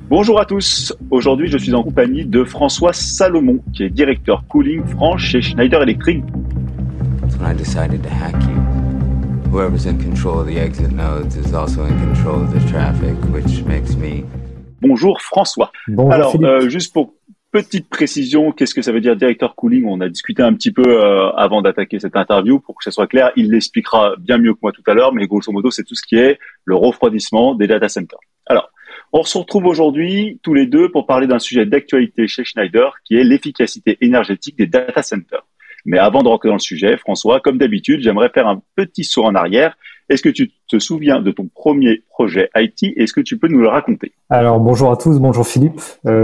Bonjour à tous. Aujourd'hui, je suis en compagnie de François Salomon, qui est directeur cooling France chez Schneider Electric. That's when I decided to hack you. Whoever's in control of the exit nodes is also in control of the traffic, which makes me... Bonjour François. Bonjour Alors, juste pour petite précision, qu'est-ce que ça veut dire directeur cooling? On a discuté un petit peu avant d'attaquer cette interview pour que ce soit clair. Il l'expliquera bien mieux que moi tout à l'heure, mais grosso modo, c'est tout ce qui est le refroidissement des data centers. Alors, on se retrouve aujourd'hui tous les deux pour parler d'un sujet d'actualité chez Schneider, qui est l'efficacité énergétique des data centers. Mais avant de rentrer dans le sujet, François, comme d'habitude, j'aimerais faire un petit saut en arrière. Est-ce que tu te souviens de ton premier projet IT? Est-ce que tu peux nous le raconter? Alors bonjour à tous, bonjour Philippe.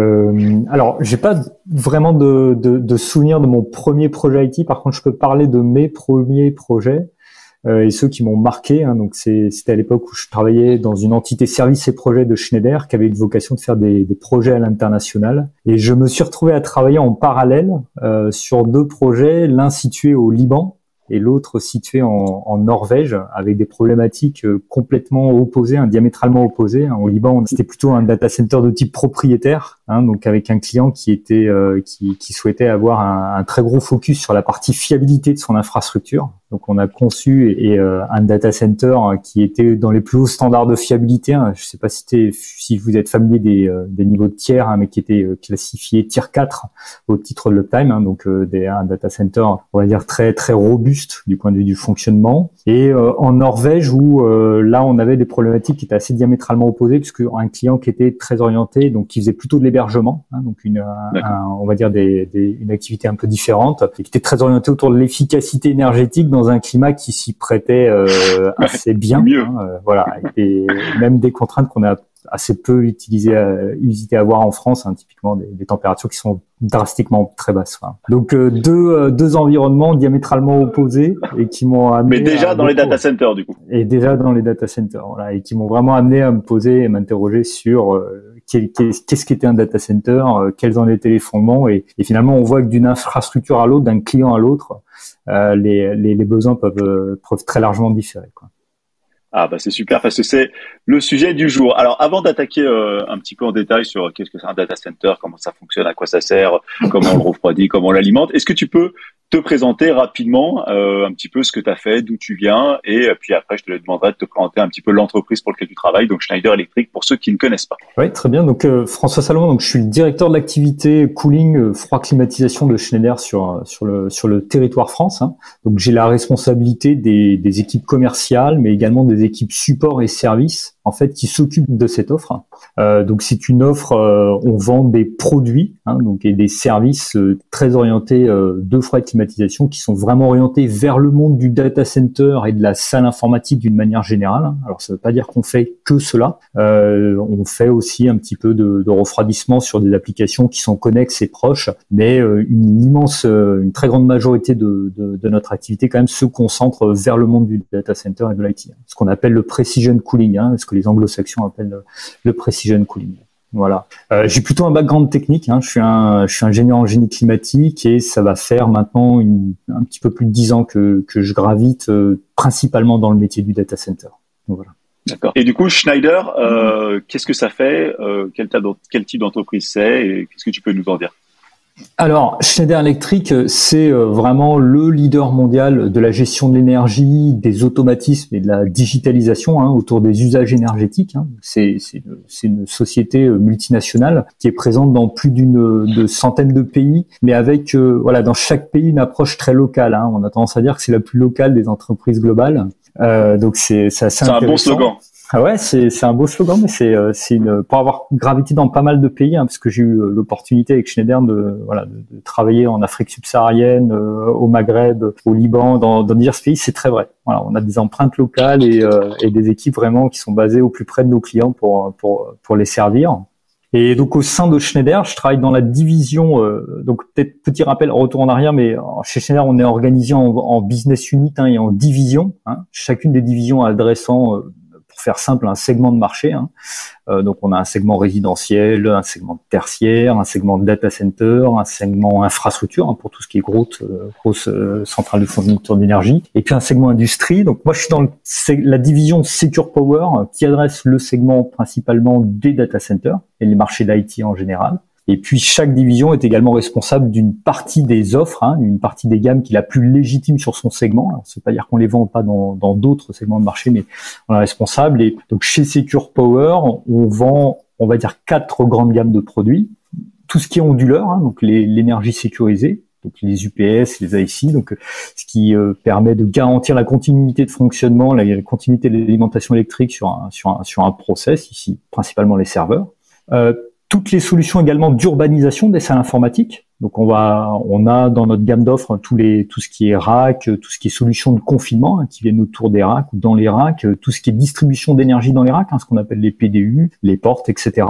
Alors j'ai pas vraiment de souvenir de mon premier projet IT. Par contre, je peux parler de mes premiers projets et ceux qui m'ont marqué. Donc c'était à l'époque où je travaillais dans une entité services et projets de Schneider qui avait une vocation de faire des projets à l'international. Et je me suis retrouvé à travailler en parallèle sur deux projets, l'un situé au Liban et l'autre situé en Norvège, avec des problématiques complètement opposées, diamétralement opposées. Au Liban, c'était plutôt un data center de type propriétaire, donc avec un client qui souhaitait avoir un très gros focus sur la partie fiabilité de son infrastructure. Donc on a conçu un data center qui était dans les plus hauts standards de fiabilité. Je ne sais pas si vous êtes familier des niveaux de tiers, mais qui était classifié tier 4 au titre de l'uptime. Donc un data center, on va dire très très robuste du point de vue du fonctionnement. Et en Norvège où là on avait des problématiques qui étaient assez diamétralement opposées, puisque un client qui était très orienté, donc qui faisait plutôt de l'hébergement, donc on va dire une activité un peu différente, et qui était très orienté autour de l'efficacité énergétique dans un climat qui s'y prêtait assez bien, voilà, et même des contraintes qu'on a assez peu hésité à avoir en France, typiquement des températures qui sont drastiquement très basses. Donc deux environnements diamétralement opposés et qui m'ont amené. Mais déjà dans les data centers du coup. Et déjà dans les data centers, voilà, et qui m'ont vraiment amené à me poser et m'interroger sur qu'est-ce qu'était un data center, quels en étaient les fondements, et finalement on voit que d'une infrastructure à l'autre, d'un client à l'autre, les besoins peuvent très largement différer, quoi. Ah bah c'est super parce que c'est le sujet du jour. Alors avant d'attaquer un petit peu en détail sur qu'est-ce que c'est un data center, comment ça fonctionne, à quoi ça sert, comment on le refroidit, comment on l'alimente, est-ce que tu peux te présenter rapidement un petit peu ce que tu as fait, d'où tu viens, et puis après je te demanderai de te présenter un petit peu l'entreprise pour laquelle tu travailles, donc Schneider Electric pour ceux qui ne connaissent pas. Oui, très bien. Donc François Salomon, donc je suis le directeur de l'activité cooling, froid climatisation de Schneider sur le territoire France. Donc j'ai la responsabilité des équipes commerciales, mais également des équipes support et services en fait qui s'occupent de cette offre. Donc c'est une offre, on vend des produits, donc et des services très orientés de froid et climatisation qui sont vraiment orientés vers le monde du data center et de la salle informatique d'une manière générale. Alors ça veut pas dire qu'on fait que cela. On fait aussi un petit peu de refroidissement sur des applications qui sont connexes et proches, mais une très grande majorité de notre activité quand même se concentre vers le monde du data center et de l'IT. Ce qu'on appelle le precision cooling, ce que les anglo-saxons appellent le precision cooling. Voilà. J'ai plutôt un background technique. Je suis ingénieur en génie climatique et ça va faire maintenant un petit peu plus de 10 ans que je gravite principalement dans le métier du data center. Donc, voilà. D'accord. Et du coup, Schneider, qu'est-ce que ça fait, quel type d'entreprise c'est, et qu'est-ce que tu peux nous en dire? Alors, Schneider Electric, c'est vraiment le leader mondial de la gestion de l'énergie, des automatismes et de la digitalisation autour des usages énergétiques. C'est une société multinationale qui est présente dans plus de centaines de pays, mais avec dans chaque pays une approche très locale. On a tendance à dire que c'est la plus locale des entreprises globales. Donc c'est assez intéressant. C'est un bon slogan. Ah ouais, c'est un beau slogan, mais pour avoir gravité dans pas mal de pays, parce que j'ai eu l'opportunité avec Schneider de travailler en Afrique subsaharienne, au Maghreb, au Liban, dans divers pays, c'est très vrai. Voilà, on a des empreintes locales et des équipes vraiment qui sont basées au plus près de nos clients pour les servir. Et donc au sein de Schneider, je travaille dans la division, donc peut-être petit rappel, retour en arrière, mais chez Schneider, on est organisé en business unit et en division. Chacune des divisions adressant, pour faire simple, un segment de marché. Hein. Donc, on a un segment résidentiel, un segment tertiaire, un segment data center, un segment infrastructure hein, pour tout ce qui est grosse centrale de fourniture d'énergie, et puis un segment industrie. Donc, moi, je suis dans la division Secure Power qui adresse le segment principalement des data centers et les marchés d'IT en général. Et puis, chaque division est également responsable d'une partie des offres, hein, une partie des gammes qui est la plus légitime sur son segment. Alors, c'est pas dire qu'on les vend pas dans d'autres segments de marché, mais on est responsable. Et donc, chez Secure Power, on vend, on va dire, 4 grandes gammes de produits. Tout ce qui est onduleur, hein, donc l'énergie sécurisée, donc les UPS, les IC, donc ce qui permet de garantir la continuité de fonctionnement, la continuité de l'alimentation électrique sur un process, ici principalement les serveurs. Toutes les solutions également d'urbanisation des salles informatiques. Donc on a dans notre gamme d'offres tout ce qui est rack, tout ce qui est solutions de confinement hein, qui viennent autour des racks ou dans les racks, tout ce qui est distribution d'énergie dans les racks, hein, ce qu'on appelle les PDU, les portes, etc.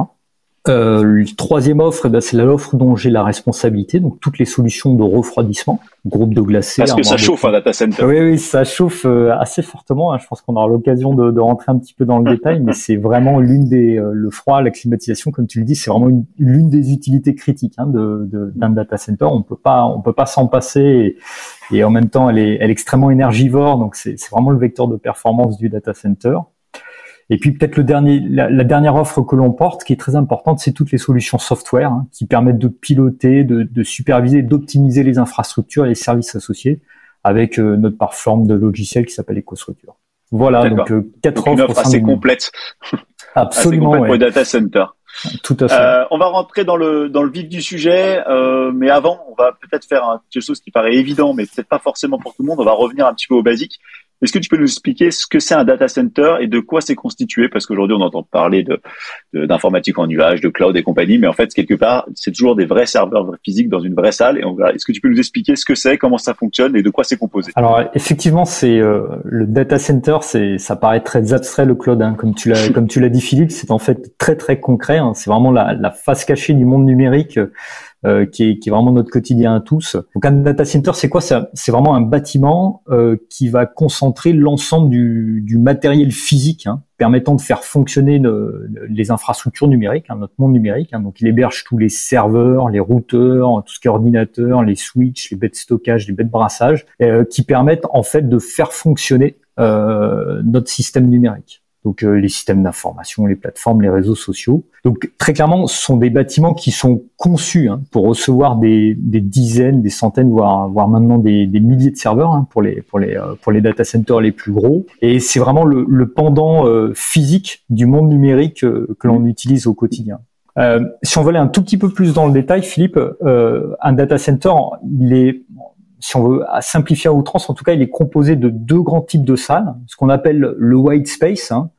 Le troisième offre, c'est l'offre dont j'ai la responsabilité, donc toutes les solutions de refroidissement, groupe d'eau glacée. Parce que ça chauffe un data center. Oui, ça chauffe assez fortement. Hein. Je pense qu'on aura l'occasion de rentrer un petit peu dans le détail, mais c'est vraiment le froid, la climatisation, comme tu le dis, c'est vraiment l'une des utilités critiques hein, d'un data center. On peut pas s'en passer et en même temps, elle est extrêmement énergivore, donc c'est vraiment le vecteur de performance du data center. Et puis peut-être la dernière offre que l'on porte, qui est très importante, c'est toutes les solutions software hein, qui permettent de piloter, de superviser, d'optimiser les infrastructures et les services associés avec notre plateforme de logiciels qui s'appelle EcoStructure. Voilà, d'accord. Donc 4 offres. Une offre assez complète. Absolument, assez complète pour le data center. Tout à fait. On va rentrer dans le vif du sujet, mais avant, on va peut-être faire quelque chose qui paraît évident, mais peut-être pas forcément pour tout le monde. On va revenir un petit peu aux basiques. Est-ce que tu peux nous expliquer ce que c'est un data center et de quoi c'est constitué? Parce qu'aujourd'hui, on entend parler d'informatique en nuage, de cloud et compagnie, mais en fait, quelque part, c'est toujours des vrais serveurs physiques dans une vraie salle. Et est-ce que tu peux nous expliquer ce que c'est, comment ça fonctionne et de quoi c'est composé? Alors, effectivement, c'est le data center, ça paraît très abstrait le cloud, hein, comme tu l'as dit, Philippe, c'est en fait très très concret. Hein, c'est vraiment la face cachée du monde numérique. Qui est vraiment notre quotidien à tous. Donc un data center, c'est quoi? C'est vraiment un bâtiment qui va concentrer l'ensemble du matériel physique hein, permettant de faire fonctionner les infrastructures numériques, hein, notre monde numérique. Hein. Donc il héberge tous les serveurs, les routeurs, tout ce qui est ordinateur, les switches, les baies de stockage, les baies de brassage, qui permettent en fait de faire fonctionner notre système numérique. Donc les systèmes d'information, les plateformes, les réseaux sociaux. Donc très clairement, ce sont des bâtiments qui sont conçus hein, pour recevoir des dizaines, des centaines, voire maintenant des milliers de serveurs hein, pour les data centers les plus gros. Et c'est vraiment le pendant physique du monde numérique que l'on utilise au quotidien. Si on veut aller un tout petit peu plus dans le détail, Philippe, un data center, si on veut simplifier à outrance, en tout cas, il est composé de 2 grands types de salles, ce qu'on appelle le white space, hein,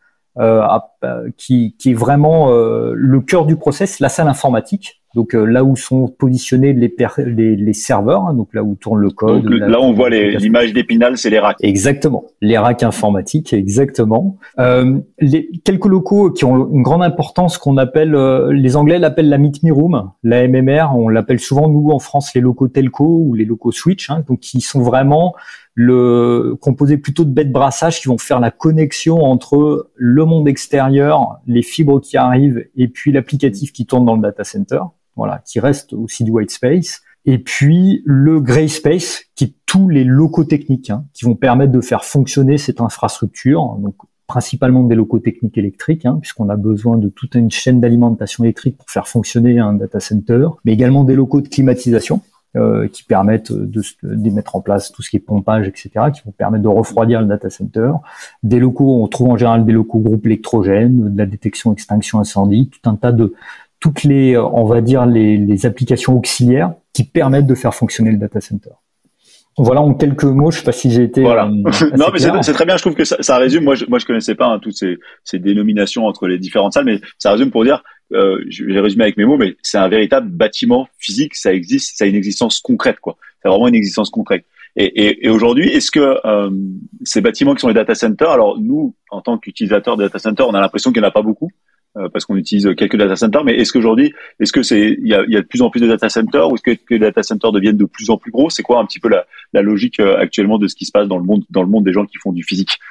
qui est vraiment le cœur du process, la salle informatique. Donc là où sont positionnés les serveurs, hein, donc là où tourne le code. Donc, là on voit l'image d'Épinal, c'est les racks. Exactement, les racks informatiques, exactement. Quelques locaux qui ont une grande importance qu'on appelle, les Anglais l'appellent la Meet Me Room, la MMR, on l'appelle souvent nous en France les locaux telco ou les locaux switch, hein, donc qui sont vraiment composés plutôt de baies de brassage qui vont faire la connexion entre le monde extérieur, les fibres qui arrivent et puis l'applicatif qui tourne dans le data center. Voilà, qui reste aussi du white space. Et puis le gray space, qui est tous les locaux techniques, hein, qui vont permettre de faire fonctionner cette infrastructure. Donc principalement des locaux techniques électriques, hein, puisqu'on a besoin de toute une chaîne d'alimentation électrique pour faire fonctionner un data center, mais également des locaux de climatisation qui permettent de mettre en place tout ce qui est pompage, etc., qui vont permettre de refroidir le data center. Des locaux, on trouve en général des locaux groupes électrogènes, de la détection, extinction, incendie, tout un tas de toutes les, on va dire, les applications auxiliaires qui permettent de faire fonctionner le data center. Voilà, en quelques mots, je sais pas si j'ai été. Voilà. Non, mais c'est très bien. Je trouve que ça résume. Moi, je connaissais pas hein, toutes ces dénominations entre les différentes salles, mais ça résume pour dire. Je vais résumer avec mes mots, mais c'est un véritable bâtiment physique. Ça existe, ça a une existence concrète, quoi. C'est vraiment une existence concrète. Et aujourd'hui, est-ce que ces bâtiments qui sont les data centers, alors nous, en tant qu'utilisateurs de data centers, on a l'impression qu'il n'y en a pas beaucoup. Parce qu'on utilise quelques data centers, mais est-ce qu'aujourd'hui, il y a de plus en plus de data centers ou est-ce que les data centers deviennent de plus en plus gros? C'est quoi un petit peu la logique actuellement de ce qui se passe dans le monde des gens qui font du physique?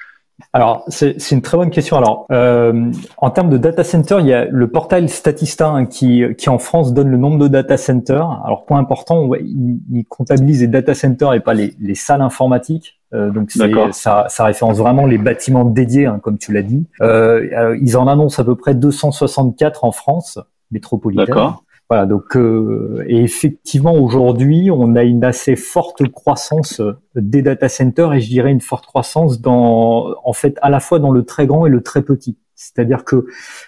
Alors, c'est une très bonne question. Alors, en termes de data center, il y a le portail Statista qui en France donne le nombre de data centers. Alors, point important, il comptabilise les data centers et pas les salles informatiques. Donc, ça référence vraiment les bâtiments dédiés, hein, comme tu l'as dit. Ils en annoncent à peu près 264 en France métropolitaine. D'accord. Voilà, donc et effectivement aujourd'hui, on a une assez forte croissance des data centers et je dirais une forte croissance en fait à la fois dans le très grand et le très petit. C'est-à-dire que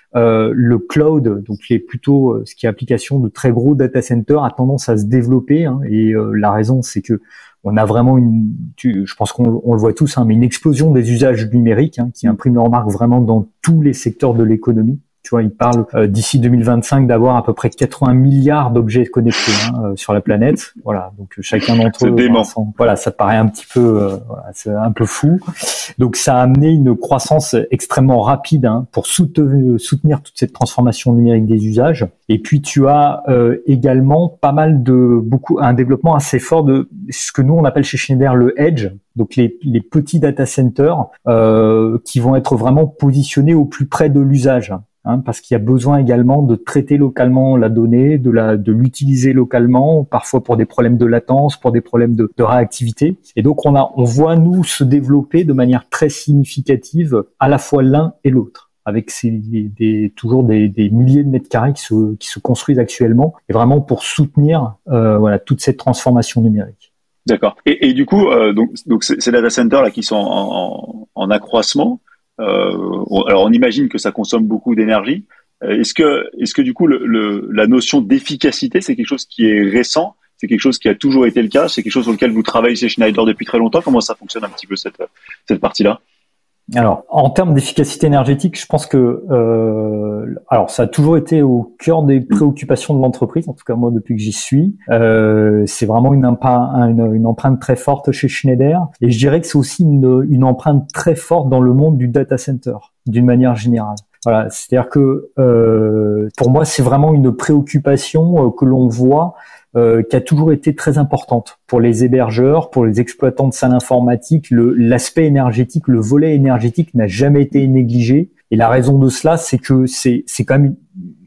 le cloud, donc qui est plutôt ce qui est application de très gros data centers, a tendance à se développer, hein, et la raison c'est que on a vraiment je pense qu'on le voit tous, hein, mais une explosion des usages numériques, hein, qui imprime leur marque vraiment dans tous les secteurs de l'économie. Tu vois, il parle d'ici 2025 d'avoir à peu près 80 milliards d'objets connectés, hein, sur la planète. Voilà, donc chacun d'entre eux, voilà, ça paraît un petit peu, voilà, c'est un peu fou. Donc ça a amené une croissance extrêmement rapide, hein, pour soutenir toute cette transformation numérique des usages. Et puis tu as également un développement assez fort de ce que nous on appelle chez Schneider le edge. Donc les petits data centers qui vont être vraiment positionnés au plus près de l'usage. Hein, parce qu'il y a besoin également de traiter localement la donnée, de l'utiliser localement, parfois pour des problèmes de latence, pour des problèmes de réactivité. Et donc on voit nous se développer de manière très significative à la fois l'un et l'autre, avec toujours des milliers de mètres carrés qui se construisent actuellement, et vraiment pour soutenir voilà toute cette transformation numérique. D'accord. Et du coup, donc ces data centers là qui sont en accroissement. Alors on imagine que ça consomme beaucoup d'énergie. Est-ce que du coup la notion d'efficacité, c'est quelque chose qui est récent, c'est quelque chose qui a toujours été le cas, c'est quelque chose sur lequel vous travaillez chez Schneider depuis très longtemps? Comment ça fonctionne un petit peu cette partie-là? Alors, en termes d'efficacité énergétique, je pense que alors ça a toujours été au cœur des préoccupations de l'entreprise, en tout cas moi depuis que j'y suis. C'est vraiment une empreinte très forte chez Schneider, et je dirais que c'est aussi une empreinte très forte dans le monde du data center, d'une manière générale. Voilà, c'est-à-dire que pour moi c'est vraiment une préoccupation que l'on voit, qui a toujours été très importante pour les hébergeurs, pour les exploitants de salles informatiques. L'aspect énergétique, le volet énergétique n'a jamais été négligé. Et la raison de cela, c'est que c'est quand même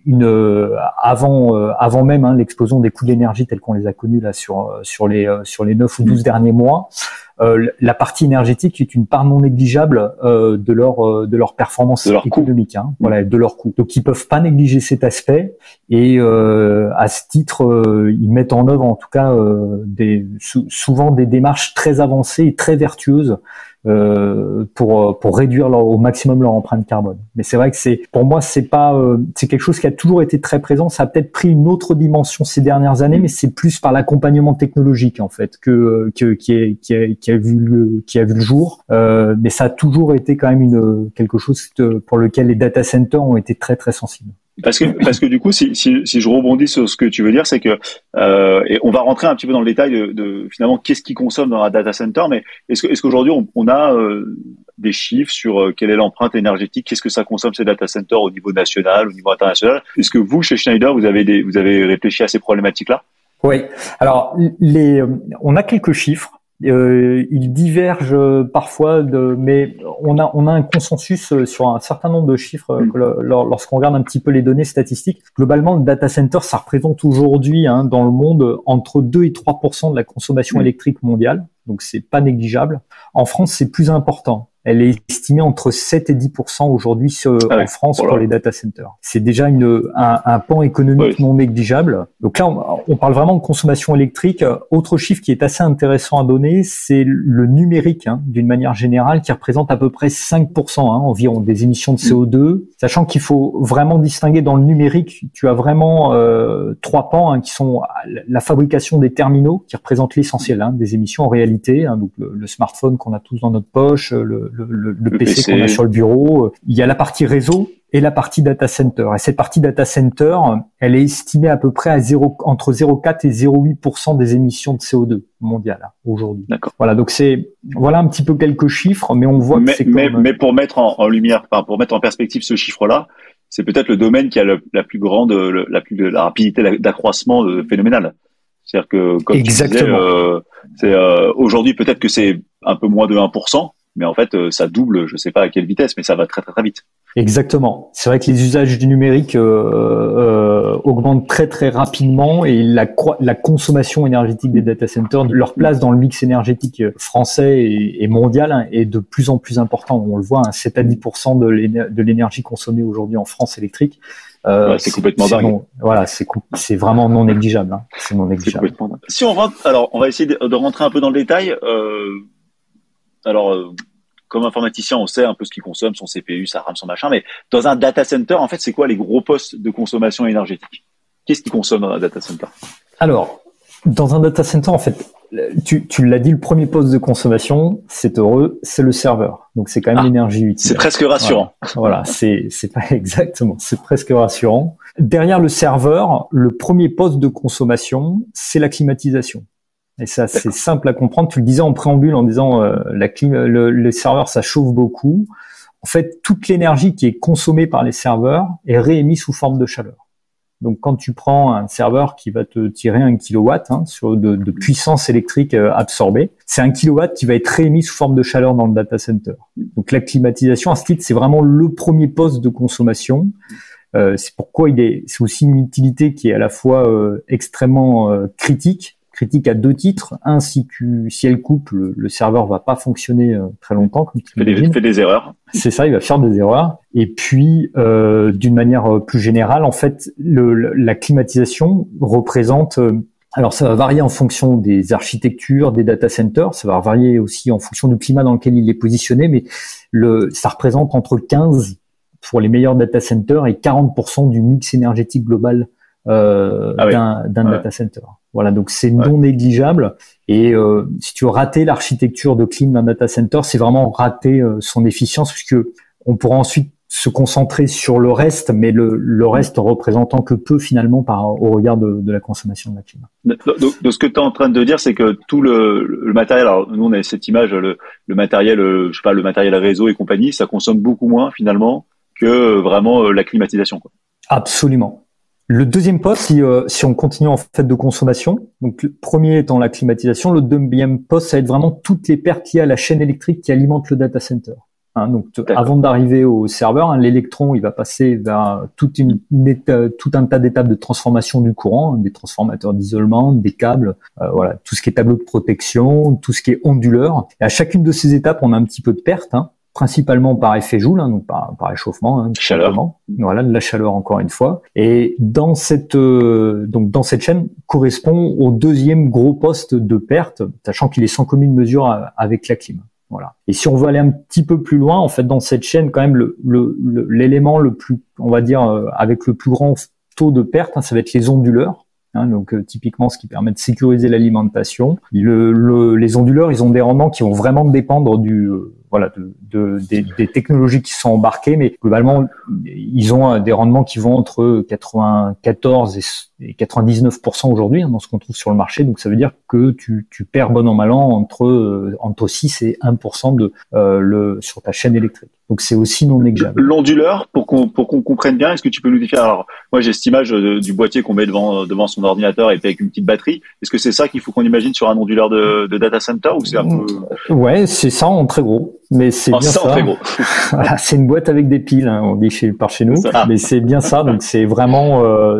avant même, hein, l'explosion des coûts d'énergie tels qu'on les a connus là sur les 9 ou 12 derniers mois. La partie énergétique est une part non négligeable de leur performance économique, hein, voilà, de leur coût. Donc ils peuvent pas négliger cet aspect, et à ce titre, ils mettent en œuvre en tout cas souvent des démarches très avancées et très vertueuses pour réduire au maximum leur empreinte carbone. Mais c'est vrai que pour moi c'est quelque chose qui a toujours été très présent. Ça a peut-être pris une autre dimension ces dernières années, mais c'est plus par l'accompagnement technologique en fait qui a vu le jour. Mais ça a toujours été quand même quelque chose pour lequel les data centers ont été très très sensibles. Parce que du coup, si je rebondis sur ce que tu veux dire, c'est que et on va rentrer un petit peu dans le détail de finalement qu'est-ce qui consomme dans un data center, mais est-ce qu'aujourd'hui on a des chiffres sur quelle est l'empreinte énergétique, qu'est-ce que ça consomme ces data centers au niveau national, au niveau international? Est-ce que vous chez Schneider vous avez réfléchi à ces problématiques-là? Oui. Alors on a quelques chiffres. Ils divergent parfois, mais on a un consensus sur un certain nombre de chiffres lorsqu'on regarde un petit peu les données statistiques. Globalement, le data center, ça représente aujourd'hui, hein, dans le monde entre 2 et 3% de la consommation électrique mondiale, donc c'est pas négligeable. En France, c'est plus important. Elle est estimée entre 7 et 10% aujourd'hui en France pour les data centers. C'est déjà un pan économique non négligeable. Donc là, on parle vraiment de consommation électrique. Autre chiffre qui est assez intéressant à donner, c'est le numérique, hein, d'une manière générale, qui représente à peu près 5%, hein, environ des émissions de CO2. Sachant qu'il faut vraiment distinguer dans le numérique, tu as vraiment 3 pans, hein, qui sont la fabrication des terminaux, qui représentent l'essentiel, hein, des émissions en réalité, hein, donc le smartphone qu'on a tous dans notre poche, le PC qu'on a sur le bureau. Il y a la partie réseau et la partie data center. Et cette partie data center, elle est estimée à peu près à entre 0,4 et 0,8% des émissions de CO2 mondiales aujourd'hui. D'accord. Voilà, donc voilà un petit peu quelques chiffres, mais on voit que c'est mais pour mettre en lumière, pour mettre en perspective ce chiffre-là, c'est peut-être le domaine qui a la plus grande, la rapidité d'accroissement phénoménale. C'est-à-dire que, comme tu disais, aujourd'hui peut-être que c'est un peu moins de 1%, mais en fait, ça double, je sais pas à quelle vitesse, mais ça va très très très vite. Exactement. C'est vrai que les usages du numérique augmentent très très rapidement et la consommation énergétique des data centers, leur place dans le mix énergétique français et mondial est de plus en plus important. On le voit, 7 à 10% de l'énergie consommée aujourd'hui en France électrique. C'est complètement dingue. Voilà, c'est vraiment non négligeable. Hein. C'est non négligeable. Si on rentre, alors on va essayer de rentrer un peu dans le détail. Comme informaticien, on sait un peu ce qu'il consomme, son CPU, sa RAM, son machin, mais dans un data center, en fait, c'est quoi les gros postes de consommation énergétique? Qu'est-ce qui consomme dans un data center? Alors, dans un data center, en fait, tu l'as dit, le premier poste de consommation, c'est heureux, c'est le serveur. Donc, c'est quand même l'énergie utile. C'est presque rassurant. Voilà, c'est pas exactement, c'est presque rassurant. Derrière le serveur, le premier poste de consommation, c'est la climatisation. Et ça, c'est simple à comprendre. Tu le disais en préambule en disant le serveur, ça chauffe beaucoup. En fait, toute l'énergie qui est consommée par les serveurs est réémise sous forme de chaleur. Donc, quand tu prends un serveur qui va te tirer 1 kilowatt de puissance électrique absorbée, c'est 1 kilowatt qui va être réémis sous forme de chaleur dans le data center. Donc, la climatisation, à ce titre, c'est vraiment le premier poste de consommation. C'est pourquoi c'est aussi une utilité qui est à la fois extrêmement critique à 2 titres. Un, si elle coupe, le serveur va pas fonctionner très longtemps. Comme tu fait des erreurs. C'est ça, il va faire des erreurs. Et puis, d'une manière plus générale, en fait, la climatisation représente... alors, ça va varier en fonction des architectures, des data centers. Ça va varier aussi en fonction du climat dans lequel il est positionné. Mais ça représente entre 15 pour les meilleurs data centers et 40% du mix énergétique global d'un data center. Voilà, donc c'est non négligeable. Et si tu rates l'architecture de clim d'un data center, c'est vraiment rater son efficience, puisque on pourra ensuite se concentrer sur le reste, mais le reste représentant que peu finalement au regard de la consommation de la clim. Donc ce que tu es en train de dire, c'est que tout le matériel, alors nous on a cette image, le matériel, je sais pas, le matériel réseau et compagnie, ça consomme beaucoup moins finalement que vraiment la climatisation, quoi. Absolument. Le deuxième poste, si on continue en fait de consommation, donc le premier étant la climatisation, le deuxième poste, ça va être vraiment toutes les pertes liées à la chaîne électrique qui alimente le data center. Donc avant d'arriver au serveur, l'électron il va passer vers tout un tas d'étapes de transformation du courant, des transformateurs d'isolement, des câbles, voilà, tout ce qui est tableau de protection, tout ce qui est onduleur. Et à chacune de ces étapes, on a un petit peu de perte. Principalement par effet Joule, donc par réchauffement, chaleur. Voilà, de la chaleur encore une fois. Et dans cette chaîne correspond au deuxième gros poste de perte, sachant qu'il est sans commune mesure avec la clim. Voilà. Et si on veut aller un petit peu plus loin, en fait, dans cette chaîne, quand même, l'élément le plus, on va dire, avec le plus grand taux de perte, ça va être les onduleurs. Donc typiquement, ce qui permet de sécuriser l'alimentation. Les onduleurs, ils ont des rendements qui vont vraiment dépendre des technologies qui sont embarquées, mais globalement, ils ont des rendements qui vont entre 94 et 99% aujourd'hui dans ce qu'on trouve sur le marché. Donc ça veut dire que tu perds bon an mal an entre 6 et 1% sur ta chaîne électrique. Donc c'est aussi non négligeable. L'onduleur, pour qu'on comprenne bien, est-ce que tu peux nous définir? Alors moi j'ai cette image du boîtier qu'on met devant son ordinateur et puis avec une petite batterie. Est-ce que c'est ça qu'il faut qu'on imagine sur un onduleur de data center ou c'est un peu... Ouais, c'est ça en très gros. Mais c'est bien ça. Très gros. Voilà, c'est une boîte avec des piles, on dit par chez nous. Mais c'est bien ça. Donc c'est vraiment, alors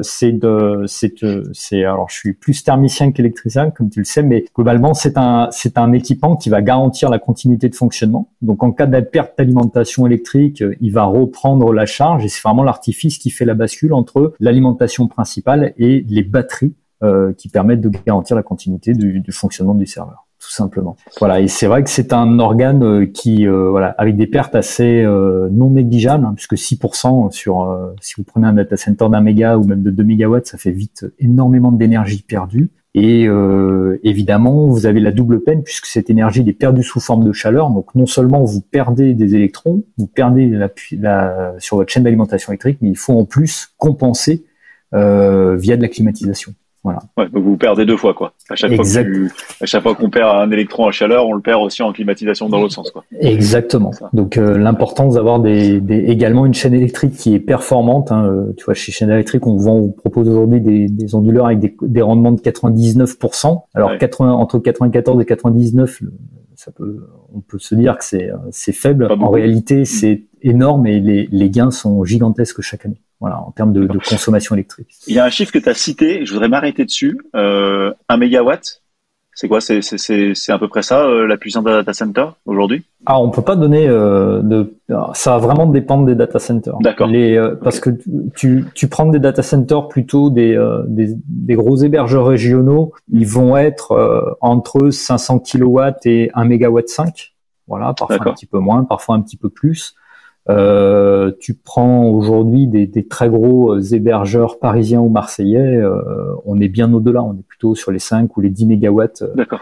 je suis plus thermicien qu'électricien, comme tu le sais, mais globalement c'est un équipement qui va garantir la continuité de fonctionnement. Donc en cas de perte d'alimentation électrique, il va reprendre la charge et c'est vraiment l'artifice qui fait la bascule entre l'alimentation principale et les batteries qui permettent de garantir la continuité du fonctionnement du serveur. Tout simplement. Voilà, et c'est vrai que c'est un organe qui, avec des pertes assez non négligeables, puisque 6% si vous prenez un data center d'1 méga ou même de 2 mégawatts, ça fait vite énormément d'énergie perdue. Et évidemment, vous avez la double peine puisque cette énergie est perdue sous forme de chaleur. Donc non seulement vous perdez des électrons, vous perdez sur votre chaîne d'alimentation électrique, mais il faut en plus compenser via de la climatisation. Voilà. Ouais, donc vous perdez 2 fois, quoi. À chaque fois qu'on perd un électron en chaleur, on le perd aussi en climatisation dans l'autre sens, quoi. Exactement. Donc l'importance d'avoir également une chaîne électrique qui est performante. Tu vois, chez Chaîne Électrique, on propose aujourd'hui des onduleurs avec des rendements de 99%. Alors entre 94 et 99, on peut se dire que c'est faible. En réalité, c'est énorme et les gains sont gigantesques chaque année. Voilà, en termes de consommation électrique. Il y a un chiffre que tu as cité, je voudrais m'arrêter dessus. 1 mégawatt, c'est quoi? C'est à peu près ça, la puissance d'un data center aujourd'hui? Ah, on peut pas donner ça va vraiment dépendre des data centers. D'accord. Parce que tu prends des data centers plutôt des gros hébergeurs régionaux, ils vont être entre 500 kilowatts et 1 mégawatt 5. Voilà, parfois un petit peu moins, parfois un petit peu plus. Tu prends aujourd'hui des très gros hébergeurs parisiens ou marseillais, on est bien au-delà, on est plutôt sur les 5 ou les 10 mégawatts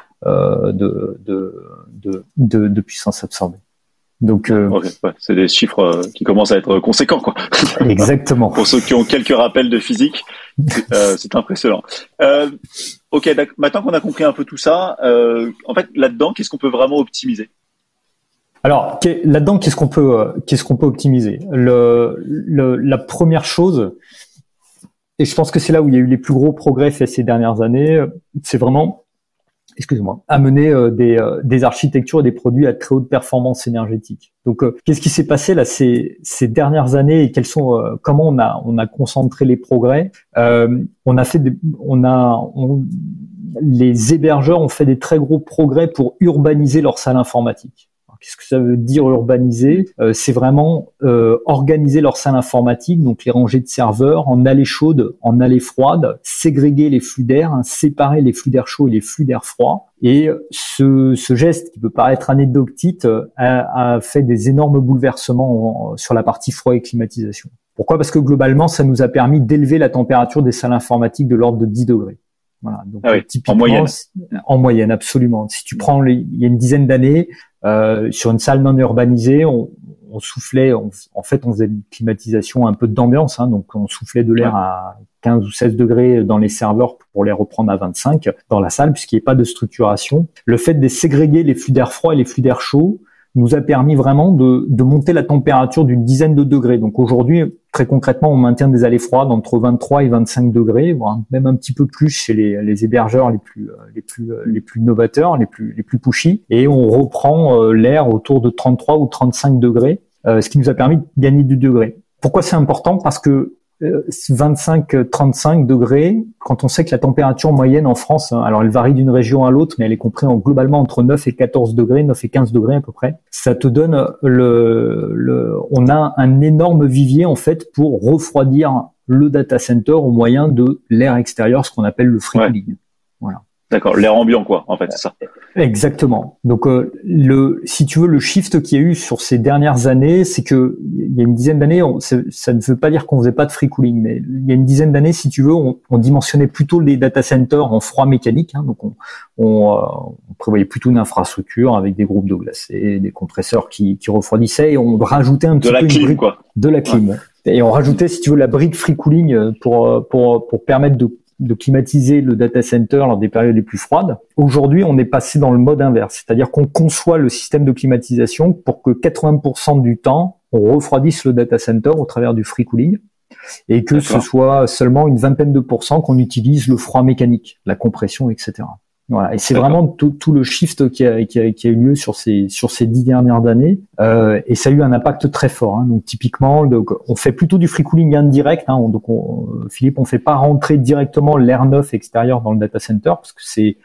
de puissance absorbée. Donc, c'est des chiffres qui commencent à être conséquents, quoi. Exactement. Pour ceux qui ont quelques rappels de physique, c'est impressionnant. Ok, maintenant qu'on a compris un peu tout ça, en fait, là-dedans, qu'est-ce qu'on peut vraiment optimiser? Alors là-dedans, qu'est-ce qu'on peut optimiser? La première chose, et je pense que c'est là où il y a eu les plus gros progrès faits ces dernières années, c'est vraiment, amener des architectures et des produits à très haute performance énergétique. Donc, qu'est-ce qui s'est passé là ces dernières années et comment on a concentré les progrès? Les hébergeurs ont fait des très gros progrès pour urbaniser leur salle informatique. Qu'est-ce que ça veut dire urbaniser? C'est vraiment organiser leur salle informatique, donc les rangées de serveurs en allées chaudes, en allées froides, ségréguer les flux d'air, séparer les flux d'air chaud et les flux d'air froid. Et ce geste qui peut paraître anecdotique a fait des énormes bouleversements sur la partie froid et climatisation. Pourquoi? Parce que globalement, ça nous a permis d'élever la température des salles informatiques de l'ordre de 10 degrés. Voilà. Donc, typiquement, en moyenne, absolument. Si tu prends il y a une dizaine d'années, sur une salle non urbanisée, on soufflait, on faisait une climatisation un peu d'ambiance, donc on soufflait de l'air à 15 ou 16 degrés dans les serveurs pour les reprendre à 25 dans la salle, puisqu'il n'y a pas de structuration. Le fait de ségréguer les flux d'air froid et les flux d'air chaud nous a permis vraiment de monter la température d'une dizaine de degrés. Donc aujourd'hui, très concrètement, on maintient des allées froides entre 23 et 25 degrés, voire même un petit peu plus chez les hébergeurs les plus novateurs, les plus pushy, et on reprend l'air autour de 33 ou 35 degrés, ce qui nous a permis de gagner 2 degrés. Pourquoi c'est important? Parce que 25-35 degrés, quand on sait que la température moyenne en France, alors elle varie d'une région à l'autre, mais elle est comprise globalement entre 9 et 14 degrés, 9 et 15 degrés à peu près. Ça te donne on a un énorme vivier en fait pour refroidir le data center au moyen de l'air extérieur, ce qu'on appelle le free cooling. Voilà. D'accord, l'air ambiant quoi, en fait, c'est ça. Exactement. Donc si tu veux, le shift qu'il y a eu sur ces dernières années, c'est que il y a une dizaine d'années, ça ne veut pas dire qu'on faisait pas de free cooling, mais il y a une dizaine d'années, si tu veux, on dimensionnait plutôt les data centers en froid mécanique, donc on prévoyait plutôt une infrastructure avec des groupes d'eau glacée, des compresseurs qui refroidissaient, et on rajoutait un petit peu une brique de la clim. Ouais. Et on rajoutait, si tu veux, la brique free cooling pour permettre de climatiser le data center lors des périodes les plus froides. Aujourd'hui, on est passé dans le mode inverse, c'est-à-dire qu'on conçoit le système de climatisation pour que 80% du temps, on refroidisse le data center au travers du free cooling, et que ce soit seulement une vingtaine de pourcents qu'on utilise le froid mécanique, la compression, etc. Voilà. Et c'est vraiment tout le shift qui a eu lieu sur ces 10 dernières années, et ça a eu un impact très fort. Donc typiquement, on fait plutôt du free cooling indirect. Philippe, on fait pas rentrer directement l'air neuf extérieur dans le data center parce que c'est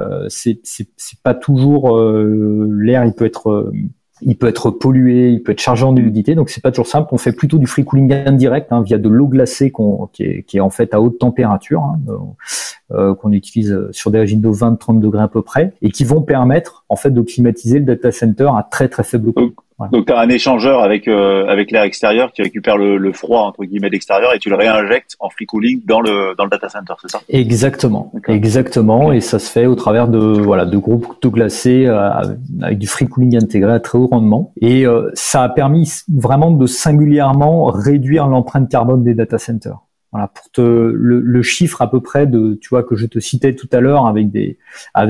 pas toujours l'air. Il peut être pollué, il peut être chargé en humidité, donc c'est pas toujours simple. On fait plutôt du free cooling indirect via de l'eau glacée qui est en fait à haute température, qu'on utilise sur des régimes de 20-30 degrés à peu près, et qui vont permettre en fait de climatiser le data center à très très faible coût. Voilà. Donc tu as un échangeur avec l'air extérieur qui récupère le froid entre guillemets d'extérieur et tu le réinjectes en free cooling dans le data center, c'est ça? Exactement. Okay. Et ça se fait au travers de groupes d'eau glacée avec du free cooling intégré à très haut rendement, et ça a permis vraiment de singulièrement réduire l'empreinte carbone des data centers. Voilà, pour le chiffre à peu près que je te citais tout à l'heure avec des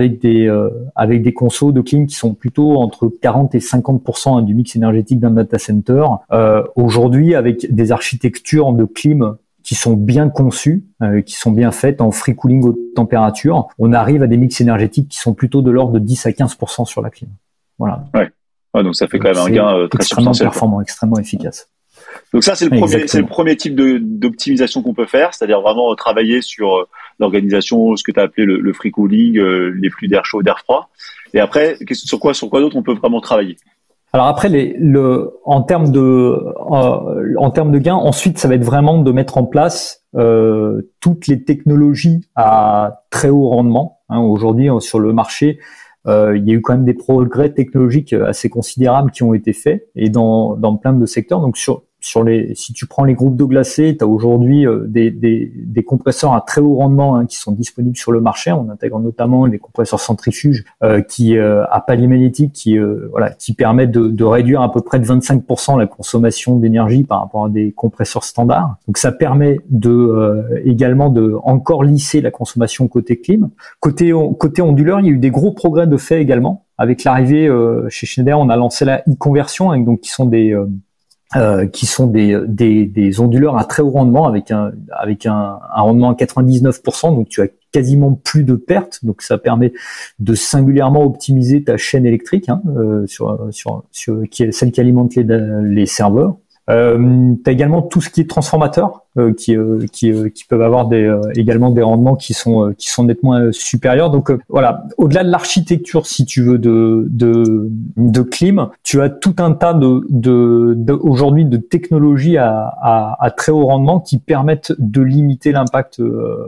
consos de clim qui sont plutôt entre 40 et 50% du mix énergétique d'un data center. Aujourd'hui, avec des architectures de clim qui sont bien conçues, qui sont bien faites en free cooling haute température, on arrive à des mix énergétiques qui sont plutôt de l'ordre de 10 à 15% sur la clim. Voilà. Ouais. Donc ça fait quand même un gain très extrêmement substantiel. Performant, extrêmement efficace. Donc ça, c'est le premier type d'optimisation qu'on peut faire, c'est-à-dire vraiment travailler sur l'organisation, ce que tu as appelé le free cooling, les flux d'air chaud, d'air froid. Et après, sur quoi d'autre on peut vraiment travailler? Alors après, en termes de gains, ensuite, ça va être vraiment de mettre en place toutes les technologies à très haut rendement. Aujourd'hui, sur le marché, il y a eu quand même des progrès technologiques assez considérables qui ont été faits et dans plein de secteurs. Donc si tu prends les groupes d'eau glacée, tu as aujourd'hui des compresseurs à très haut rendement qui sont disponibles sur le marché. On intègre notamment les compresseurs centrifuges à palier magnétique qui permettent de réduire à peu près de 25% la consommation d'énergie par rapport à des compresseurs standards. Donc ça permet également de encore lisser la consommation côté clim. Côté onduleur, il y a eu des gros progrès de fait également. Avec l'arrivée chez Schneider, on a lancé la e-conversion, donc qui sont des onduleurs à très haut rendement avec un rendement à 99%, donc tu as quasiment plus de pertes, donc ça permet de singulièrement optimiser ta chaîne électrique qui est celle qui alimente les serveurs. T'as également tout ce qui est transformateur qui peuvent avoir également des rendements qui sont nettement supérieurs. Donc voilà, au-delà de l'architecture, si tu veux, de clim, tu as tout un tas aujourd'hui de technologies à très haut rendement qui permettent de limiter l'impact.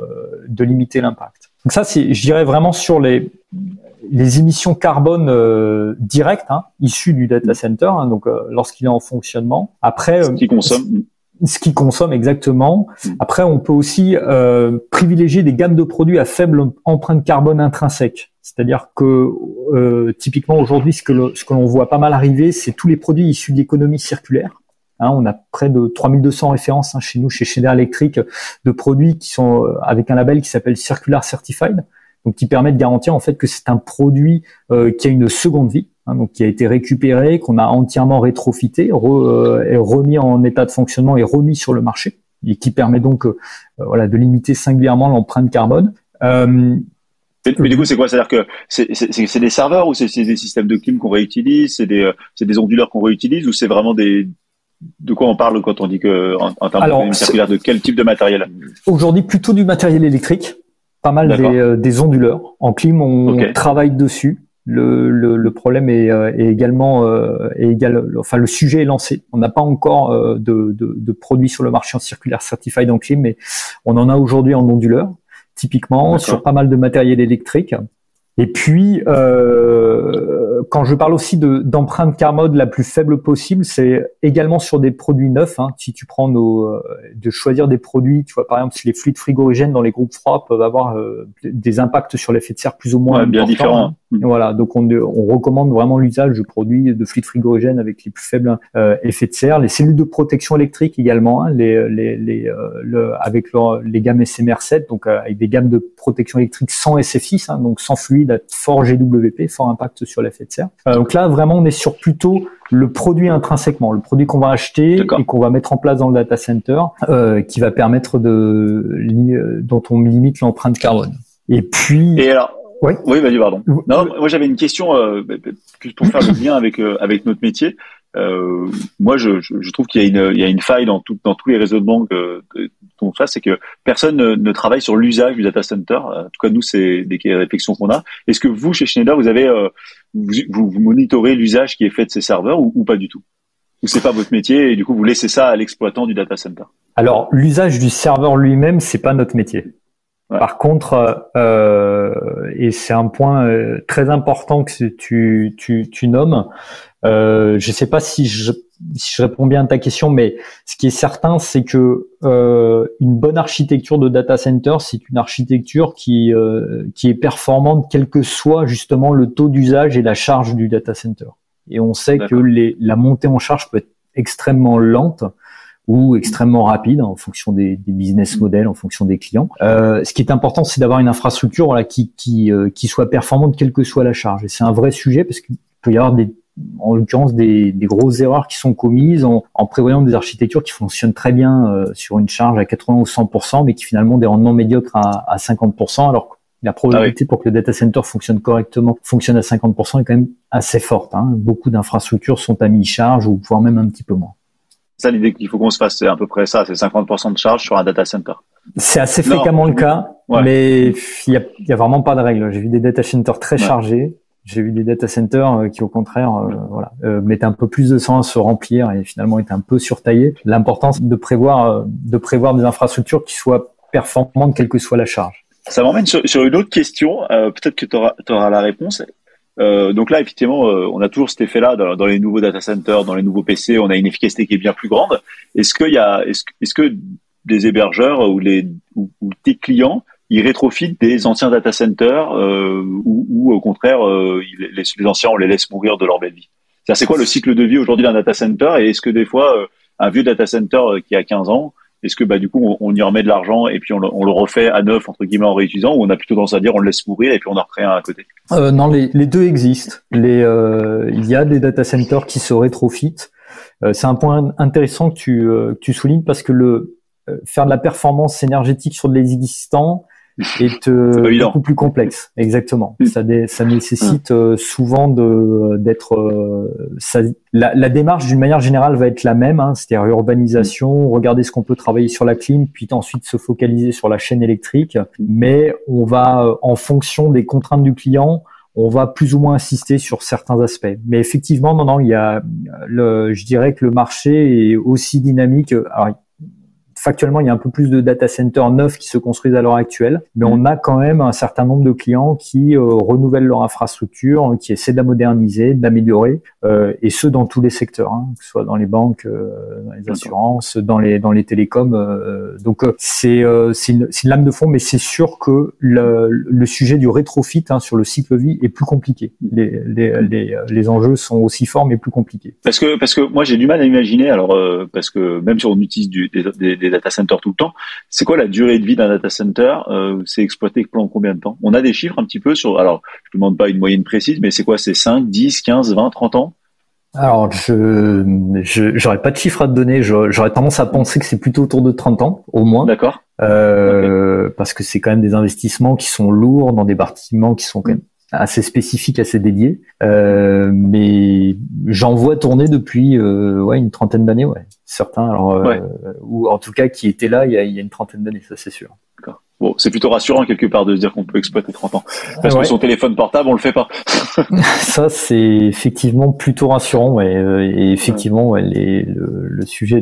Donc ça, je dirais vraiment sur les émissions carbone directes issues du data center, donc lorsqu'il est en fonctionnement. Après, ce qui consomme exactement. Après, on peut aussi privilégier des gammes de produits à faible empreinte carbone intrinsèque. C'est-à-dire que typiquement aujourd'hui, ce que l'on voit pas mal arriver, c'est tous les produits issus de l'économie circulaire. On a près de 3200 références chez nous, chez Schneider Electric, de produits qui sont avec un label qui s'appelle Circular Certified, donc qui permet de garantir en fait que c'est un produit qui a une seconde vie, donc qui a été récupéré, qu'on a entièrement rétrofité, remis en état de fonctionnement et remis sur le marché, et qui permet donc de limiter singulièrement l'empreinte carbone. Mais du coup, c'est quoi? C'est-à-dire que c'est des serveurs ou c'est des systèmes de clim qu'on réutilise, c'est des onduleurs qu'on réutilise, ou c'est vraiment de quoi on parle quand on dit que en termes d'économie circulaire, de quel type de matériel? Aujourd'hui, plutôt du matériel électrique. Pas mal des onduleurs. En clim, on travaille dessus. Le problème est également enfin le sujet est lancé. On n'a pas encore de produits sur le marché en circular certified en clim, mais on en a aujourd'hui en onduleur, typiquement sur pas mal de matériel électrique. Et puis quand je parle aussi d'empreinte carbone la plus faible possible, c'est également sur des produits neufs. Si tu prends de choisir des produits, tu vois, par exemple, si les fluides frigorigènes dans les groupes froids peuvent avoir des impacts sur l'effet de serre plus ou moins bien différents. Voilà, donc on recommande vraiment l'usage de produits de fluides frigorigènes avec les plus faibles effets de serre. Les cellules de protection électrique également, avec les gammes SMR7, donc avec des gammes de protection électrique sans SF6, donc sans fluide à fort GWP, fort impact sur l'effet de serre. Donc là, vraiment, on est sur plutôt le produit intrinsèquement, le produit qu'on va acheter et qu'on va mettre en place dans le data center, qui va permettre dont on limite l'empreinte carbone. Et puis. Et alors. Oui, vas-y, pardon. Non, moi j'avais une question pour faire le lien avec notre métier. Moi, je trouve qu'il y a une faille dans tous les raisonnements qu'on fait, c'est que personne ne travaille sur l'usage du data center. En tout cas, nous, c'est des réflexions qu'on a. Est-ce que vous, chez Schneider, vous avez vous monitorez l'usage qui est fait de ces serveurs ou pas du tout? Ou c'est pas votre métier et du coup vous laissez ça à l'exploitant du data center? Alors, l'usage du serveur lui-même, c'est pas notre métier. Ouais. Par contre, et c'est un point très important que tu nommes. Je sais pas si je réponds bien à ta question, mais ce qui est certain, c'est que une bonne architecture de data center, c'est une architecture qui est performante, quel que soit justement le taux d'usage et la charge du data center. Et on sait que la montée en charge peut être extrêmement lente ou extrêmement rapide en fonction des business models, en fonction des clients. Ce qui est important, c'est d'avoir une infrastructure qui soit performante quelle que soit la charge. Et c'est un vrai sujet parce qu'il peut y avoir en l'occurrence des grosses erreurs qui sont commises en prévoyant des architectures qui fonctionnent très bien sur une charge à 80 ou 100%, mais qui finalement ont des rendements médiocres à 50%, alors La probabilité pour que le data center fonctionne correctement, fonctionne à 50% est quand même assez forte. Beaucoup d'infrastructures sont à mi-charge ou voire même un petit peu moins. Ça, l'idée qu'il faut qu'on se fasse, c'est à peu près ça, c'est 50% de charge sur un data center. C'est assez fréquemment le cas, mais il y a vraiment pas de règle. J'ai vu des data centers très chargés. J'ai vu des data centers qui, au contraire, mettaient un peu plus de temps à se remplir et finalement étaient un peu surtaillés. L'important, c'est de prévoir des infrastructures qui soient performantes, quelle que soit la charge. Ça m'emmène sur une autre question. Peut-être que tu auras la réponse. Donc là, effectivement, on a toujours cet effet-là dans les nouveaux data centers, dans les nouveaux PC. On a une efficacité qui est bien plus grande. Est-ce que des hébergeurs ou tes clients, ils rétrofitent des anciens data centers ou au contraire, les anciens, on les laisse mourir de leur belle vie? C'est quoi le cycle de vie aujourd'hui d'un data center? Et est-ce que des fois, un vieux data center qui a 15 ans, est-ce que du coup on y remet de l'argent et puis on le refait à neuf entre guillemets en réutilisant, ou on a plutôt tendance à dire on le laisse mourir et puis on en recrée un à côté? Non, les deux existent. Il y a des data centers qui se rétrofitent. C'est un point intéressant que tu soulignes, parce que faire de la performance énergétique sur de l'existant est beaucoup plus complexe. Exactement. Ça nécessite souvent la démarche d'une manière générale va être la même, c'est-à-dire urbanisation, regarder ce qu'on peut travailler sur la clim, puis ensuite se focaliser sur la chaîne électrique. Mais on va, en fonction des contraintes du client, on va plus ou moins insister sur certains aspects. Mais effectivement, non, je dirais que le marché est aussi dynamique. Alors, factuellement, il y a un peu plus de data centers neufs qui se construisent à l'heure actuelle, mais on a quand même un certain nombre de clients qui renouvellent leur infrastructure, qui essaient de la moderniser, de l'améliorer, et ce dans tous les secteurs, que ce soit dans les banques, dans les assurances, dans les télécoms. Donc c'est une lame de fond, mais c'est sûr que le sujet du rétrofit sur le cycle vie est plus compliqué. Les enjeux sont aussi forts, mais plus compliqués. Parce que moi j'ai du mal à imaginer. Alors parce que même si on utilise des data centers tout le temps, c'est quoi la durée de vie d'un data center? C'est exploité pendant combien de temps? On a des chiffres un petit peu sur, alors je ne demande pas une moyenne précise, mais c'est quoi? C'est 5, 10, 15, 20, 30 ans? Alors, j'aurais pas de chiffre à te donner. J'aurais tendance à penser que c'est plutôt autour de 30 ans, au moins. D'accord. Okay. Parce que c'est quand même des investissements qui sont lourds dans des bâtiments qui sont quand même assez spécifiques, assez dédiés. Mais j'en vois tourner depuis une trentaine d'années, certains. Alors, ou en tout cas qui étaient là il y a une trentaine d'années, ça c'est sûr. D'accord. Bon, c'est plutôt rassurant quelque part de se dire qu'on peut exploiter 30 ans. Parce que son téléphone portable, on le fait pas. Ça, c'est effectivement plutôt rassurant, et effectivement, le sujet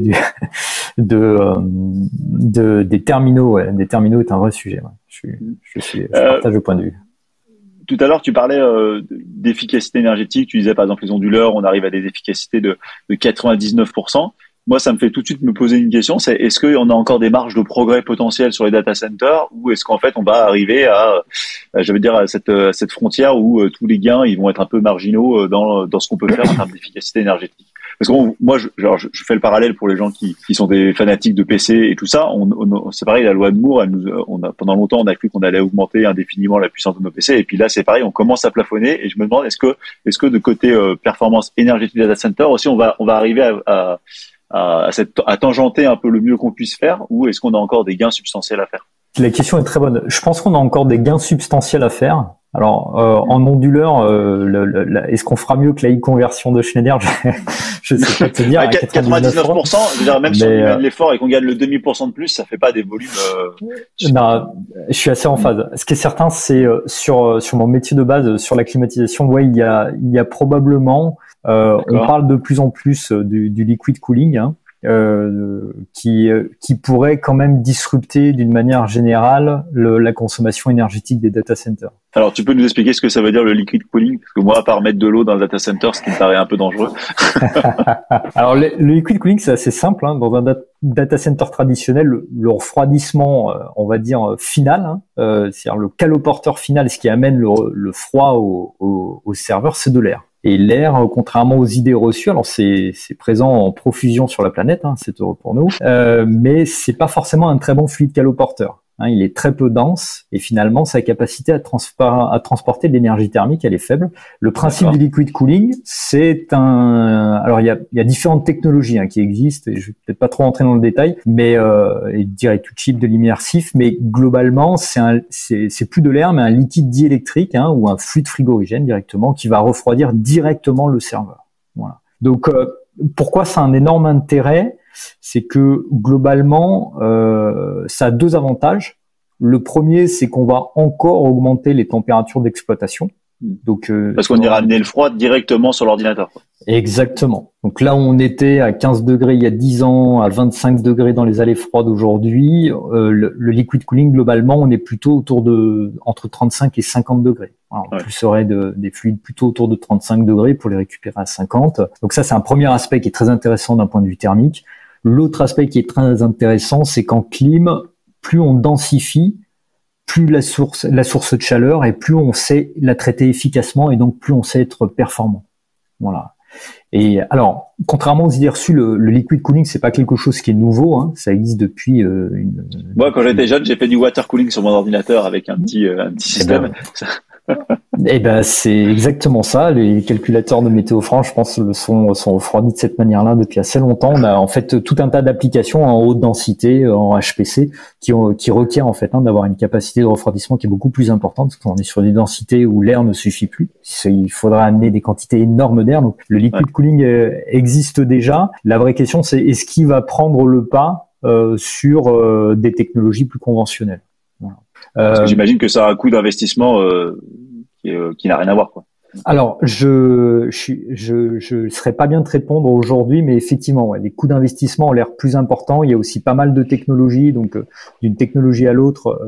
des terminaux, est un vrai sujet. Je partage le point de vue. Tout à l'heure, tu parlais d'efficacité énergétique. Tu disais, par exemple, les onduleurs, on arrive à des efficacités de 99%. Moi, ça me fait tout de suite me poser une question, c'est est-ce qu'on a encore des marges de progrès potentielles sur les data centers, ou est-ce qu'en fait on va arriver à cette frontière où tous les gains ils vont être un peu marginaux dans ce qu'on peut faire en termes d'efficacité énergétique? Parce que moi, je fais le parallèle pour les gens qui sont des fanatiques de PC et tout ça. C'est pareil, la loi de Moore, pendant longtemps, on a cru qu'on allait augmenter indéfiniment la puissance de nos PC, et puis là, c'est pareil, on commence à plafonner. Et je me demande, est-ce que de côté performance énergétique des data centers aussi, on va arriver à tangenter un peu le mieux qu'on puisse faire, ou est-ce qu'on a encore des gains substantiels à faire? La question est très bonne. Je pense qu'on a encore des gains substantiels à faire. Alors, en onduleur, est-ce qu'on fera mieux que la e-conversion de Schneider? Je sais pas te dire. 99%, je veux dire, même si on y met de l'effort et qu'on gagne le 0,5% de plus, ça fait pas des volumes. Non, je suis assez en phase. Ce qui est certain, c'est sur mon métier de base, sur la climatisation, il y a probablement, on parle de plus en plus du liquid cooling, qui pourrait quand même disrupter d'une manière générale la consommation énergétique des data centers. Alors, tu peux nous expliquer ce que ça veut dire le liquid cooling? Parce que moi, à part mettre de l'eau dans le data center, ce qui me paraît un peu dangereux. Alors, le liquid cooling, c'est assez simple. Dans un data center traditionnel, le refroidissement, on va dire, final, c'est-à-dire le caloporteur final, ce qui amène le froid au serveur, c'est de l'air. Et l'air, contrairement aux idées reçues, alors c'est présent en profusion sur la planète, c'est heureux pour nous, mais c'est pas forcément un très bon fluide caloporteur. il est très peu dense et finalement sa capacité à transporter de l'énergie thermique, elle est faible. Le principe du liquid cooling, alors il y a différentes technologies qui existent, et je vais peut-être pas trop rentrer dans le détail, mais direct to chip, de l'immersif, mais globalement c'est plus de l'air, mais un liquide diélectrique ou un fluide frigorigène directement qui va refroidir directement le serveur. Voilà. Donc pourquoi ça a un énorme intérêt? C'est que globalement, ça a deux avantages. Le premier, c'est qu'on va encore augmenter les températures d'exploitation. Donc, parce qu'on ira amener le froid directement sur l'ordinateur. Exactement. Donc là, on était à 15 degrés il y a 10 ans, à 25 degrés dans les allées froides aujourd'hui. Le liquid cooling, globalement, on est plutôt entre 35 et 50 degrés. Alors, on pousserait des fluides plutôt autour de 35 degrés pour les récupérer à 50. Donc ça, c'est un premier aspect qui est très intéressant d'un point de vue thermique. L'autre aspect qui est très intéressant, c'est qu'en clim, plus on densifie, plus la source de chaleur et plus on sait la traiter efficacement et donc plus on sait être performant. Voilà. Et alors, contrairement aux idées reçues, le liquid cooling, c'est pas quelque chose qui est nouveau, ça existe depuis Moi, quand j'étais jeune, j'ai fait du water cooling sur mon ordinateur avec un petit système. Eh ben, c'est exactement ça. Les calculateurs de Météo France, je pense, sont refroidis de cette manière-là depuis assez longtemps. On a en fait tout un tas d'applications en haute densité, en HPC, qui requièrent en fait d'avoir une capacité de refroidissement qui est beaucoup plus importante, parce qu'on est sur des densités où l'air ne suffit plus. Il faudra amener des quantités énormes d'air. Donc, le liquid cooling existe déjà. La vraie question, c'est est-ce qu'il va prendre le pas sur des technologies plus conventionnelles. Voilà. Parce que j'imagine que ça a un coût d'investissement qui n'a rien à voir, quoi. Alors, je serais pas bien de répondre aujourd'hui, mais effectivement, les coûts d'investissement ont l'air plus importants. Il y a aussi pas mal de technologies, donc d'une technologie à l'autre,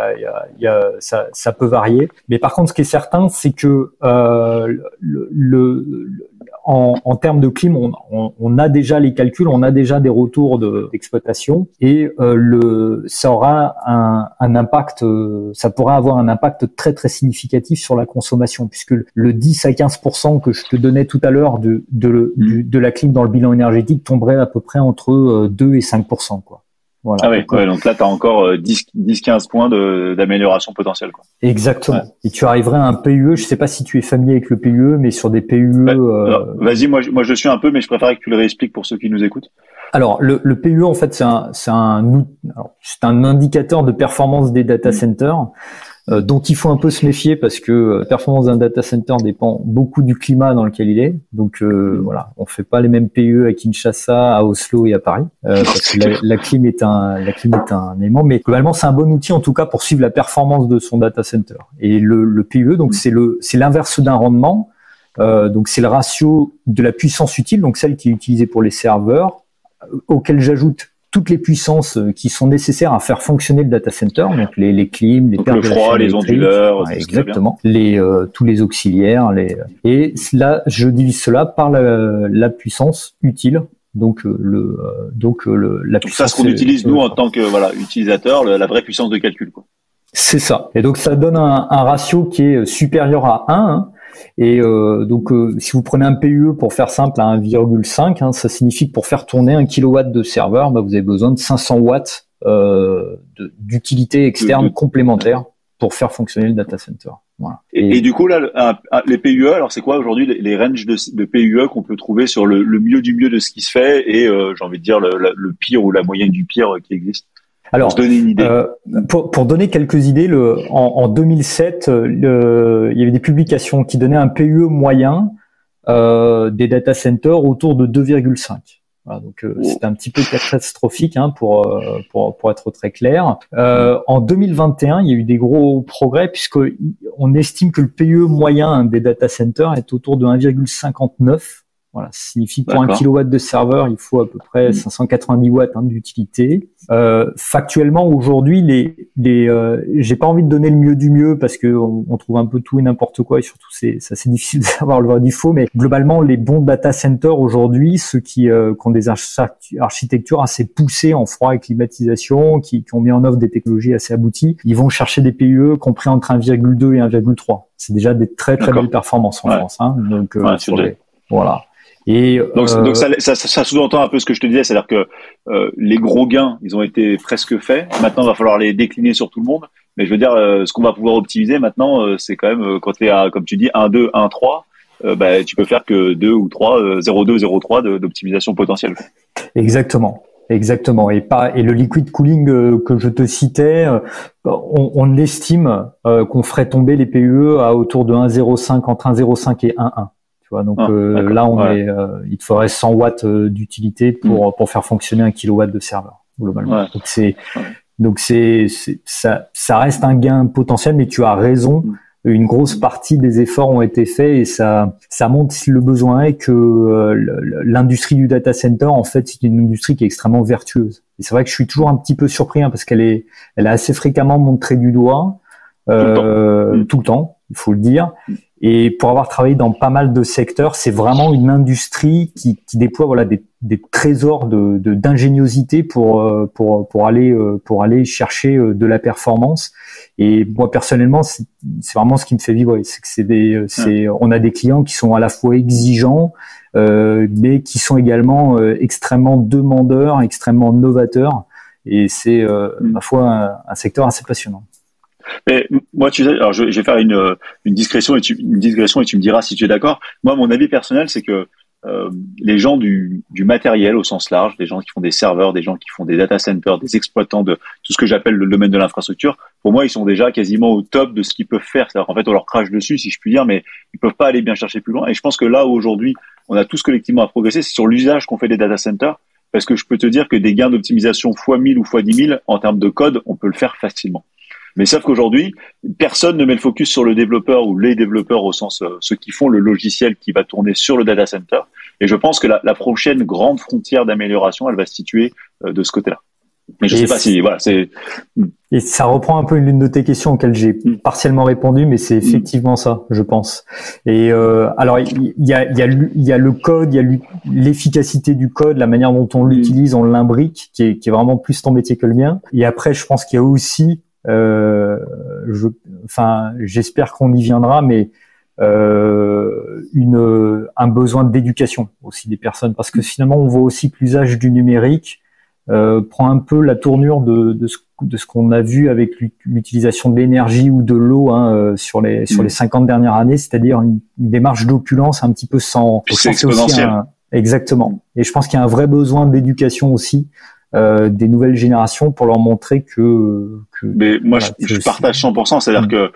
ça peut varier. Mais par contre, ce qui est certain, c'est que en termes de clim, on a déjà les calculs, on a déjà des retours d'exploitation et ça aura un impact, ça pourra avoir un impact très très significatif sur la consommation, puisque le 10 à 15% que je te donnais tout à l'heure de la clim dans le bilan énergétique tomberait à peu près entre 2 et 5%, quoi. Voilà. Ah oui, donc là, tu as encore 10-15 points d'amélioration potentielle, quoi. Exactement. Ouais. Et tu arriverais à un PUE, je sais pas si tu es familier avec le PUE, mais sur des PUE... Vas-y, moi je suis un peu, mais je préférerais que tu le réexpliques pour ceux qui nous écoutent. Alors, le PUE, en fait, c'est un indicateur de performance des data centers, dont il faut un peu se méfier parce que la performance d'un data center dépend beaucoup du climat dans lequel il est. Donc voilà, on fait pas les mêmes PUE à Kinshasa, à Oslo et à Paris, parce que la clim est un élément. Mais globalement, c'est un bon outil en tout cas pour suivre la performance de son data center. Et le PUE, donc c'est l'inverse d'un rendement. Donc c'est le ratio de la puissance utile, donc celle qui est utilisée pour les serveurs, auquel j'ajoute toutes les puissances qui sont nécessaires à faire fonctionner le data center, donc les clims, les le froid, les onduleurs, exactement, tous les auxiliaires, et là je divise cela par la puissance utile. Donc la puissance. Ça, ce qu'on utilise nous en tant que utilisateur, la vraie puissance de calcul, quoi. C'est ça. Et donc ça donne un ratio qui est supérieur à 1. Et donc, si vous prenez un PUE pour faire simple à 1,5, ça signifie que pour faire tourner 1 kW de serveur, vous avez besoin de 500 watts d'utilité externe complémentaire pour faire fonctionner le data center. Voilà. Et du coup, là, les PUE, alors c'est quoi aujourd'hui les ranges de PUE qu'on peut trouver sur le mieux du mieux de ce qui se fait et j'ai envie de dire le pire ou la moyenne du pire qui existe? Alors, pour se donner une idée. Pour donner quelques idées, en 2007, il y avait des publications qui donnaient un PUE moyen des data centers autour de 2,5. Voilà, donc c'était un petit peu catastrophique pour être très clair. En 2021, il y a eu des gros progrès puisque on estime que le PUE moyen des data centers est autour de 1,59. Voilà, ça signifie que pour 1 kW de serveur, il faut à peu près 590 watts d'utilité. Factuellement, aujourd'hui, j'ai pas envie de donner le mieux du mieux parce que on trouve un peu tout et n'importe quoi et surtout c'est difficile de savoir le vrai du faux. Mais globalement, les bons data centers aujourd'hui, ceux qui ont des architectures assez poussées en froid et climatisation, qui ont mis en œuvre des technologies assez abouties, ils vont chercher des PUE compris entre 1,2 et 1,3. C'est déjà des très très belles performances en France. Donc voilà. Et donc ça sous-entend un peu ce que je te disais, c'est-à-dire que les gros gains, ils ont été presque faits. Maintenant, il va falloir les décliner sur tout le monde. Mais je veux dire, ce qu'on va pouvoir optimiser maintenant, c'est quand même quand tu es à, comme tu dis, 1,2, 1,3, tu peux faire que 2 ou 3, 0,2, 0,3 d'optimisation potentielle. Exactement. Et le liquid cooling que je te citais, on estime qu'on ferait tomber les PUE à autour de 1,05, entre 1,05 et 1,1. Tu vois, donc là il te faudrait 100 watts d'utilité pour faire fonctionner 1 kilowatt de serveur globalement. Ouais. Donc ça reste un gain potentiel, mais tu as raison. Une grosse partie des efforts ont été faits et ça montre si le besoin est que l'industrie du data center, en fait, c'est une industrie qui est extrêmement vertueuse. Et c'est vrai que je suis toujours un petit peu surpris parce qu'elle est assez fréquemment montrée du doigt, tout le temps, il faut le dire. Et pour avoir travaillé dans pas mal de secteurs, c'est vraiment une industrie qui déploie des trésors d'ingéniosité pour aller chercher de la performance. Et moi personnellement, c'est vraiment ce qui me fait vibrer, c'est que on a des clients qui sont à la fois exigeants, mais qui sont également extrêmement demandeurs, extrêmement novateurs. Et c'est ma foi un secteur assez passionnant. Mais moi, tu sais, alors je vais faire une digression et tu me diras si tu es d'accord. Moi, mon avis personnel, c'est que les gens du matériel au sens large, des gens qui font des serveurs, des gens qui font des data centers, des exploitants de tout ce que j'appelle le domaine de l'infrastructure, pour moi, ils sont déjà quasiment au top de ce qu'ils peuvent faire. C'est-à-dire qu'en fait, on leur crache dessus, si je puis dire, mais ils peuvent pas aller bien chercher plus loin. Et je pense que là, aujourd'hui, on a tous collectivement à progresser, c'est sur l'usage qu'on fait des data centers, parce que je peux te dire que des gains d'optimisation fois 1000 ou fois 10 000 en termes de code, on peut le faire facilement. Mais sauf qu'aujourd'hui, personne ne met le focus sur le développeur ou les développeurs au sens ceux qui font le logiciel qui va tourner sur le data center. Et je pense que la prochaine grande frontière d'amélioration, elle va se situer de ce côté-là. Mais je sais pas si c'est. Et ça reprend un peu l'une de tes questions auxquelles j'ai partiellement répondu, mais c'est effectivement ça, je pense. Et alors il y a le code, il y a l'efficacité du code, la manière dont on l'utilise, on l'imbrique, qui est vraiment plus ton métier que le mien. Et après, je pense qu'il y a aussi j'espère qu'on y viendra, mais un besoin d'éducation aussi des personnes, parce que finalement on voit aussi que l'usage du numérique prend un peu la tournure de ce qu'on a vu avec l'utilisation de l'énergie ou de l'eau sur les 50 dernières années, c'est-à-dire une démarche d'opulence un petit peu sans exponentielle. Exactement. Et je pense qu'il y a un vrai besoin d'éducation aussi des nouvelles générations pour leur montrer que mais moi je partage 100%, c'est-à-dire que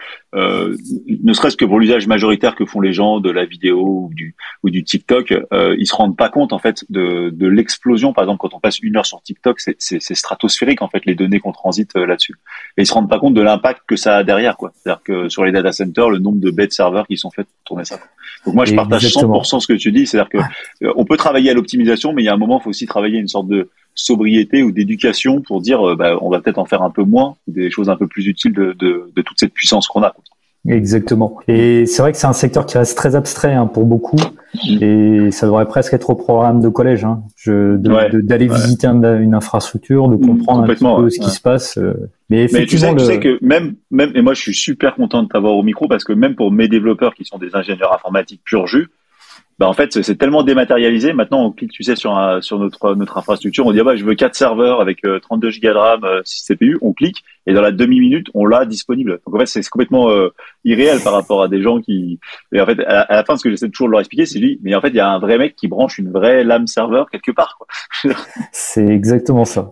ne serait-ce que pour l'usage majoritaire que font les gens de la vidéo ou du TikTok, ils se rendent pas compte en fait de l'explosion. Par exemple, quand on passe 1 heure sur TikTok, c'est stratosphérique en fait les données qu'on transite là-dessus. Et ils se rendent pas compte de l'impact que ça a derrière, quoi. C'est-à-dire que sur les data centers, le nombre de bêtes serveurs qui sont faits pour tourner ça. Donc moi je partage 100% ce que tu dis, c'est-à-dire que on peut travailler à l'optimisation, mais il y a un moment il faut aussi travailler une sorte de sobriété ou d'éducation pour dire on va peut-être en faire un peu moins, des choses un peu plus utiles de toute cette puissance qu'on a. Exactement. Et c'est vrai que c'est un secteur qui reste très abstrait pour beaucoup, et ça devrait presque être au programme de collège, d'aller visiter une infrastructure, de comprendre un petit peu ce qui se passe. Mais effectivement, tu sais que même et moi je suis super content de t'avoir au micro, parce que même pour mes développeurs qui sont des ingénieurs informatiques pur jus, en fait, c'est tellement dématérialisé. Maintenant, on clique, tu sais, sur notre infrastructure. On dit, je veux 4 serveurs avec 32 Go de RAM, 6 CPU. On clique et dans la demi-minute, on l'a disponible. Donc, en fait, c'est complètement irréel par rapport à des gens qui... Et en fait, à la fin, ce que j'essaie toujours de leur expliquer, c'est mais en fait, il y a un vrai mec qui branche une vraie lame serveur quelque part, quoi. C'est exactement ça.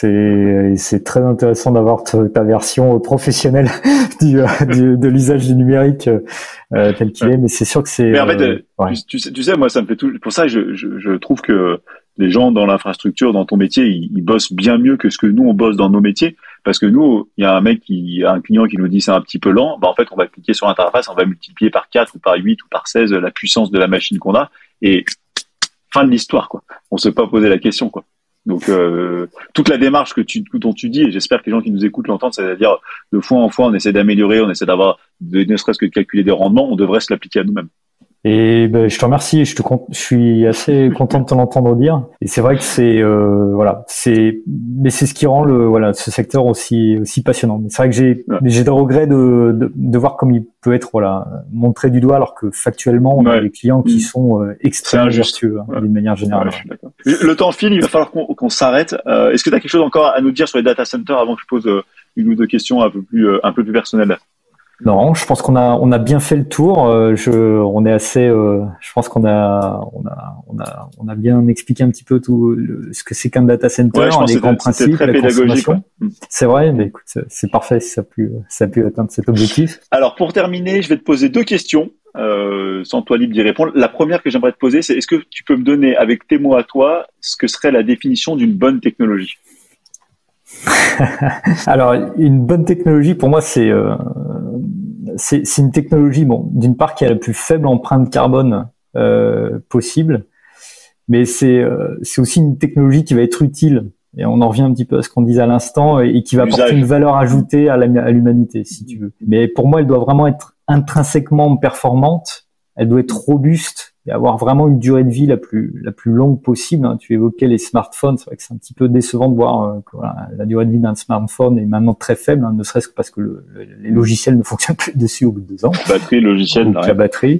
C'est très intéressant d'avoir ta version professionnelle de l'usage du numérique tel qu'il est, mais c'est sûr que c'est. Mais en fait, tu sais, moi, ça me fait tout. Pour ça, je trouve que les gens dans l'infrastructure, dans ton métier, ils bossent bien mieux que ce que nous on bosse dans nos métiers, parce que nous, il y a un client qui nous dit c'est un petit peu lent. En fait, on va cliquer sur l'interface, on va multiplier par 4 ou par 8 ou par 16 la puissance de la machine qu'on a, et fin de l'histoire, quoi. On s'est pas posé la question, quoi. Donc toute la démarche dont tu dis, et j'espère que les gens qui nous écoutent l'entendent, c'est-à-dire de fois en fois on essaie d'améliorer, on essaie d'avoir ne serait-ce que de calculer des rendements, on devrait se l'appliquer à nous-mêmes. Et ben, je te remercie. Je suis assez content de te l'entendre dire. Et c'est vrai que mais c'est ce qui rend ce secteur aussi passionnant. Mais c'est vrai que j'ai des regrets de voir comme il peut être montré du doigt, alors que factuellement on a des clients qui sont extrêmement vertueux d'une manière générale. Le temps file, il va falloir qu'on s'arrête. Est-ce que tu as quelque chose encore à nous dire sur les data centers avant que je pose une ou deux questions un peu plus personnelles? Non, je pense qu'on a bien fait le tour. Je pense qu'on a bien expliqué un petit peu tout ce que c'est qu'un data center, les grands principes, très la consommation. C'est vrai, mais écoute, c'est parfait si ça a pu atteindre cet objectif. Alors pour terminer, je vais te poser deux questions, sans toi libre d'y répondre. La première que j'aimerais te poser, c'est est-ce que tu peux me donner avec tes mots à toi ce que serait la définition d'une bonne technologie? Alors, une bonne technologie, pour moi, c'est une technologie, d'une part, qui a la plus faible empreinte carbone possible, mais c'est aussi une technologie qui va être utile. Et on en revient un petit peu à ce qu'on disait à l'instant, et qui va apporter une valeur ajoutée à l'humanité, si tu veux. Mais pour moi, elle doit vraiment être intrinsèquement performante. Elle doit être robuste et avoir vraiment une durée de vie la plus longue possible. Tu évoquais les smartphones, c'est vrai que c'est un petit peu décevant de voir que la durée de vie d'un smartphone est maintenant très faible, ne serait-ce que parce que les logiciels ne fonctionnent plus dessus au bout de 2 ans. Batterie, logiciel, donc, la batterie.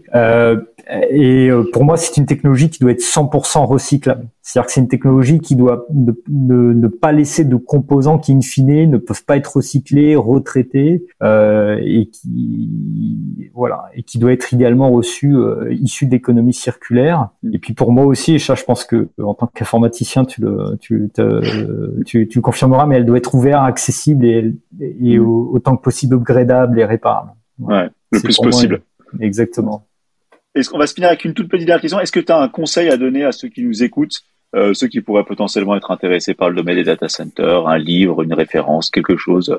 Et pour moi, c'est une technologie qui doit être 100% recyclable. C'est-à-dire que c'est une technologie qui doit ne pas laisser de composants qui, in fine, ne peuvent pas être recyclés, retraités, et qui doit être idéalement reçue, issue de l'économie circulaire. Et puis pour moi aussi, et ça, je pense que en tant qu'informaticien, tu confirmeras, mais elle doit être ouverte, accessible et autant que possible upgradable et réparable. Ouais, le plus possible. Exactement. Est-ce qu'on va se finir avec une toute petite dernière question? Est-ce que tu as un conseil à donner à ceux qui nous écoutent, ceux qui pourraient potentiellement être intéressés par le domaine des data centers, un livre, une référence, quelque chose?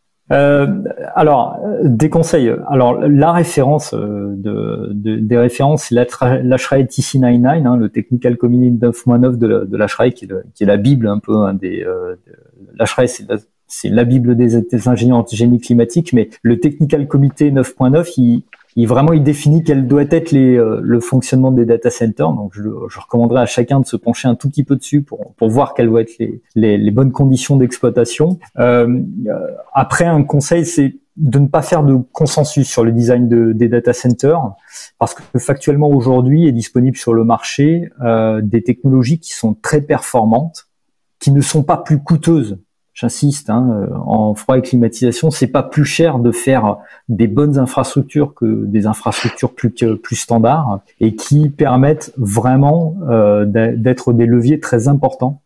Alors, des conseils. Alors, la référence des références, c'est l'HRAE TC99, le Technical Committee 9.9 de l'HRAE, qui est la bible un peu l'HRAE, c'est la bible des ingénieurs en génie climatique, mais le Technical Committee 9.9, il définit quel doit être le fonctionnement des data centers. Donc, je recommanderais à chacun de se pencher un tout petit peu dessus pour voir quelles vont être les bonnes conditions d'exploitation. Après, un conseil, c'est de ne pas faire de consensus sur le design des data centers, parce que factuellement aujourd'hui est disponible sur le marché des technologies qui sont très performantes, qui ne sont pas plus coûteuses. J'insiste, en froid et climatisation, c'est pas plus cher de faire des bonnes infrastructures que des infrastructures plus standards, et qui permettent vraiment d'être des leviers très importants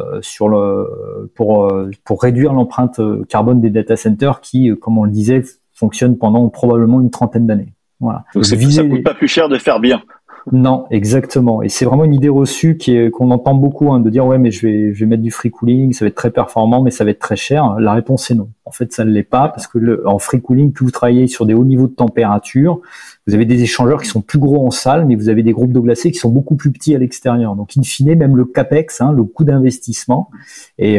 pour réduire l'empreinte carbone des data centers qui, comme on le disait, fonctionnent pendant probablement une 30aine d'années. Voilà. Donc ça coûte pas plus cher de faire bien. Non, exactement. Et c'est vraiment une idée reçue qu'on entend beaucoup, de dire ouais, mais je vais mettre du free cooling, ça va être très performant, mais ça va être très cher. La réponse est non. En fait, ça ne l'est pas, parce que en free cooling, plus vous travaillez sur des hauts niveaux de température, vous avez des échangeurs qui sont plus gros en salle, mais vous avez des groupes d'eau glacée qui sont beaucoup plus petits à l'extérieur. Donc, in fine, même le capex, le coût d'investissement est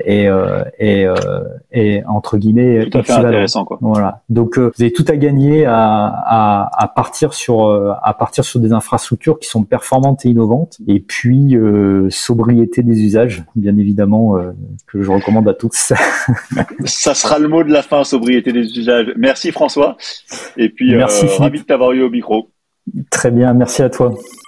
entre guillemets tout à fait intéressant, quoi. Voilà. Donc, vous avez tout à gagner à partir sur des infrastructures qui sont performantes et innovantes. Et puis, sobriété des usages, bien évidemment, que je recommande à tous. Ça sera le mot de la fin, sobriété des usages. Merci François. Et puis, merci, ravi de t'avoir eu au micro. Très bien, merci à toi.